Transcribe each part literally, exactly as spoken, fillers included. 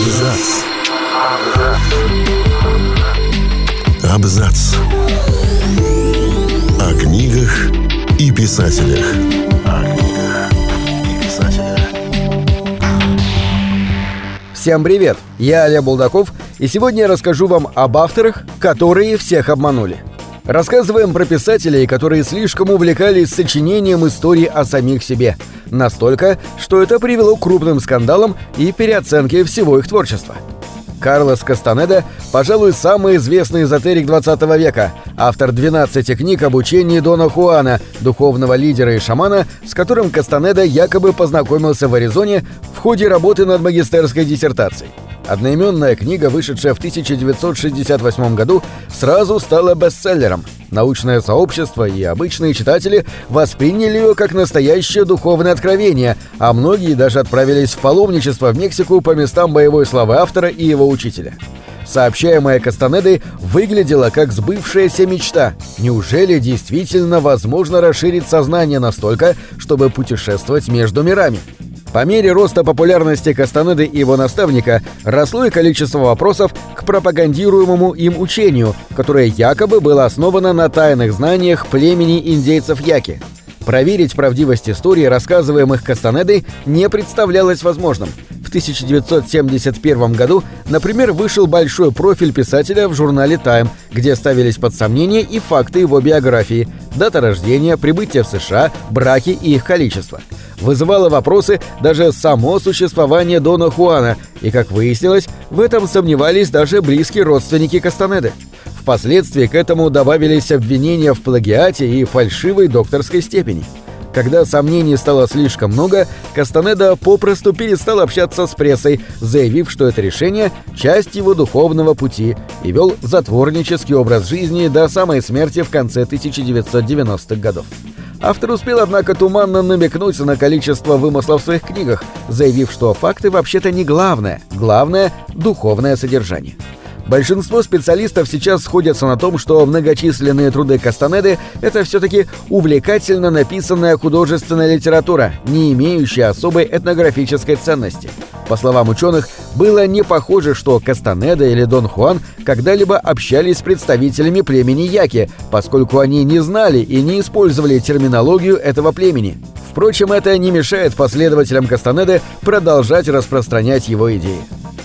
Абзац. Абзац. О книгах и писателях. О книгах и писателях. Всем привет! Я Олег Булдаков, и сегодня я расскажу вам об авторах, которые всех обманули. Рассказываем про писателей, которые слишком увлекались сочинением истории о самих себе. Настолько, что это привело к крупным скандалам и переоценке всего их творчества. Карлос Кастанеда, пожалуй, самый известный эзотерик двадцатого века, автор двенадцати книг об учении Дона Хуана, духовного лидера и шамана, с которым Кастанеда якобы познакомился в Аризоне в ходе работы над магистерской диссертацией. Одноименная книга, вышедшая в тысяча девятьсот шестьдесят восьмом году, сразу стала бестселлером. Научное сообщество и обычные читатели восприняли ее как настоящее духовное откровение, а многие даже отправились в паломничество в Мексику по местам боевой славы автора и его учителя. Сообщаемое Кастанедой выглядело как сбывшаяся мечта. Неужели действительно возможно расширить сознание настолько, чтобы путешествовать между мирами? По мере роста популярности Кастанеды и его наставника росло и количество вопросов к пропагандируемому им учению, которое якобы было основано на тайных знаниях племени индейцев Яки. Проверить правдивость истории, рассказываемых Кастанедой, не представлялось возможным. В тысяча девятьсот семьдесят первом году, например, вышел большой профиль писателя в журнале «Тайм», где ставились под сомнение и факты его биографии: дата рождения, прибытие в США, браки и их количество. Вызывало вопросы даже само существование Дона Хуана, и, как выяснилось, в этом сомневались даже близкие родственники Кастанеды. Впоследствии к этому добавились обвинения в плагиате и фальшивой докторской степени. Когда сомнений стало слишком много, Кастанеда попросту перестал общаться с прессой, заявив, что это решение – часть его духовного пути, и вел затворнический образ жизни до самой смерти в конце тысяча девятьсот девяностых годов. Автор успел, однако, туманно намекнуть на количество вымыслов в своих книгах, заявив, что факты вообще-то не главное, главное – духовное содержание. Большинство специалистов сейчас сходятся на том, что многочисленные труды Кастанеды – это все-таки увлекательно написанная художественная литература, не имеющая особой этнографической ценности. По словам ученых, было не похоже, что Кастанеда или Дон Хуан когда-либо общались с представителями племени Яки, поскольку они не знали и не использовали терминологию этого племени. Впрочем, это не мешает последователям Кастанеды продолжать распространять его идеи.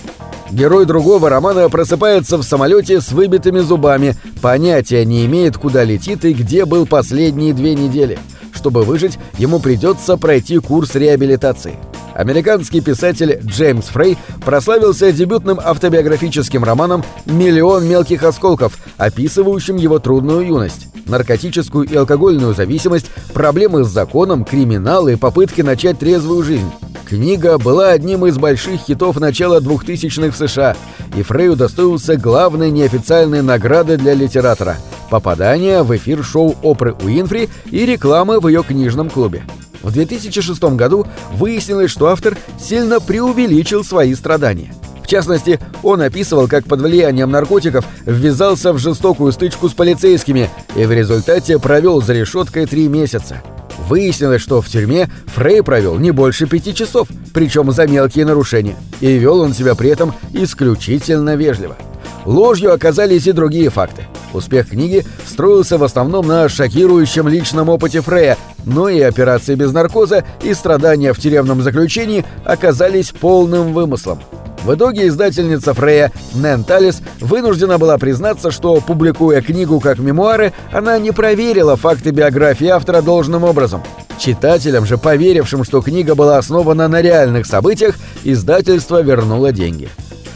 Герой другого романа просыпается в самолете с выбитыми зубами, понятия не имеет, куда летит и где был последние две недели. Чтобы выжить, ему придется пройти курс реабилитации. Американский писатель Джеймс Фрей прославился дебютным автобиографическим романом «Миллион мелких осколков», описывающим его трудную юность, наркотическую и алкогольную зависимость, проблемы с законом, криминал и попытки начать трезвую жизнь. Книга была одним из больших хитов начала двухтысячных в США, и Фрей удостоился главной неофициальной награды для литератора – попадания в эфир шоу Опры Уинфри и рекламы в ее книжном клубе. В две тысячи шестом году выяснилось, что автор сильно преувеличил свои страдания. В частности, он описывал, как под влиянием наркотиков ввязался в жестокую стычку с полицейскими и в результате провел за решеткой три месяца. Выяснилось, что в тюрьме Фрей провел не больше пяти часов, причем за мелкие нарушения, и вел он себя при этом исключительно вежливо. Ложью оказались и другие факты. Успех книги строился в основном на шокирующем личном опыте Фрея, но и операции без наркоза и страдания в тюремном заключении оказались полным вымыслом. В итоге издательница Фрея, Нэн Талис, вынуждена была признаться, что, публикуя книгу как мемуары, она не проверила факты биографии автора должным образом. Читателям же, поверившим, что книга была основана на реальных событиях, издательство вернуло деньги.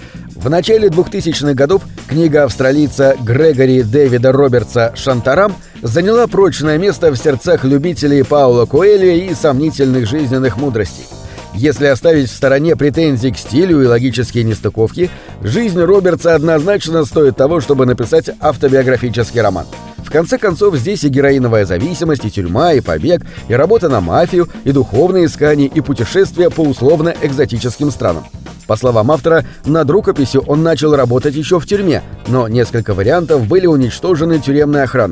В начале двухтысячных годов книга австралийца Грегори Дэвида Робертса «Шантарам» заняла прочное место в сердцах любителей Паула Коэльо и сомнительных жизненных мудростей. Если оставить в стороне претензий к стилю и логические нестыковки, жизнь Робертса однозначно стоит того, чтобы написать автобиографический роман. В конце концов, здесь и героиновая зависимость, и тюрьма, и побег, и работа на мафию, и духовные искания, и путешествия по условно-экзотическим странам. По словам автора, над рукописью он начал работать еще в тюрьме, но несколько вариантов были уничтожены тюремной охраной.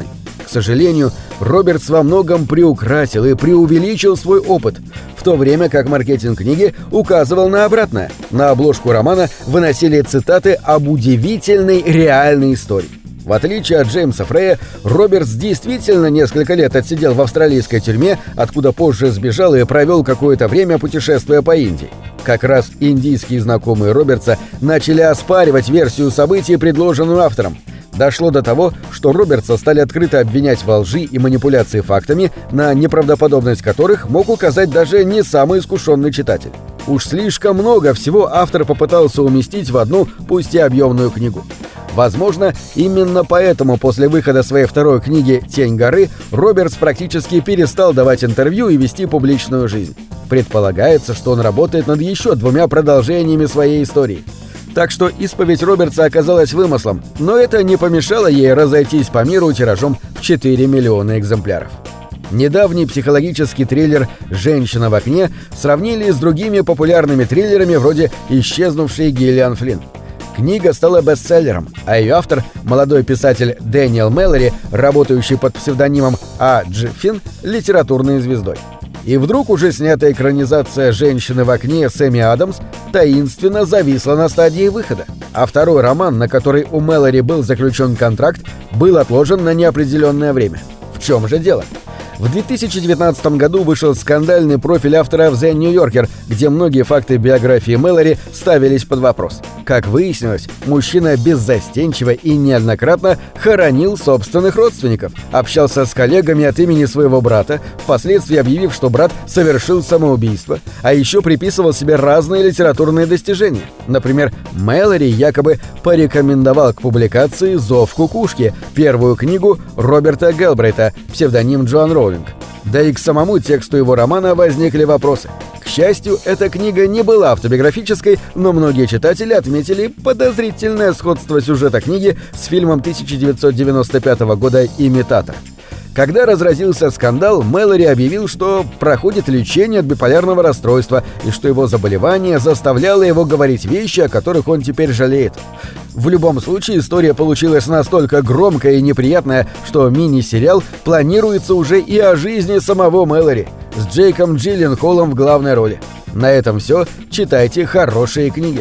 К сожалению, Робертс во многом приукрасил и преувеличил свой опыт, в то время как маркетинг книги указывал на обратное. На обложку романа выносили цитаты об удивительной реальной истории. В отличие от Джеймса Фрея, Робертс действительно несколько лет отсидел в австралийской тюрьме, откуда позже сбежал и провел какое-то время путешествуя по Индии. Как раз индийские знакомые Робертса начали оспаривать версию событий, предложенную автором. Дошло до того, что Робертса стали открыто обвинять во лжи и манипуляции фактами, на неправдоподобность которых мог указать даже не самый искушенный читатель. Уж слишком много всего автор попытался уместить в одну, пусть и объемную книгу. Возможно, именно поэтому после выхода своей второй книги «Тень горы» Робертс практически перестал давать интервью и вести публичную жизнь. Предполагается, что он работает над еще двумя продолжениями своей истории. Так что исповедь Робертса оказалась вымыслом, но это не помешало ей разойтись по миру тиражом в четыре миллиона экземпляров. Недавний психологический триллер «Женщина в окне» сравнили с другими популярными триллерами вроде «Исчезнувшей Гиллиан Флинн». Книга стала бестселлером, а ее автор, молодой писатель Дэниел Мэлори, работающий под псевдонимом А. Дж. Финн, литературной звездой. И вдруг уже снятая экранизация «Женщины в окне» Сэмми Адамс таинственно зависла на стадии выхода, а второй роман, на который у Мэлори был заключен контракт, был отложен на неопределенное время. В чем же дело? В две тысячи девятнадцатом году вышел скандальный профиль автора в The New Yorker, где многие факты биографии Мэлори ставились под вопрос. Как выяснилось, мужчина беззастенчиво и неоднократно хоронил собственных родственников, общался с коллегами от имени своего брата, впоследствии объявив, что брат совершил самоубийство, а еще приписывал себе разные литературные достижения. Например, Мэлори якобы порекомендовал к публикации «Зов кукушки», первую книгу Роберта Гелбрейта, псевдоним Джоан Роулинг. Да и к самому тексту его романа возникли вопросы. К счастью, эта книга не была автобиографической, но многие читатели отметили подозрительное сходство сюжета книги с фильмом тысяча девятьсот девяносто пятого года «Имитатор». Когда разразился скандал, Мэлори объявил, что проходит лечение от биполярного расстройства и что его заболевание заставляло его говорить вещи, о которых он теперь жалеет. В любом случае, история получилась настолько громкая и неприятная, что мини-сериал планируется уже и о жизни самого Мэлори, с Джейком Джилленхолом в главной роли. На этом все. Читайте хорошие книги.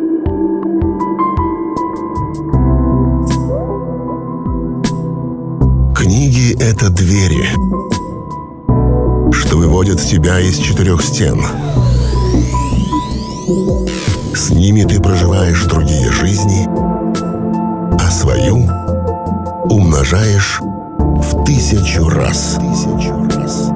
Книги — это двери, что выводят тебя из четырех стен. С ними ты проживаешь другие жизни, а свою умножаешь в тысячу раз. Тысячу раз.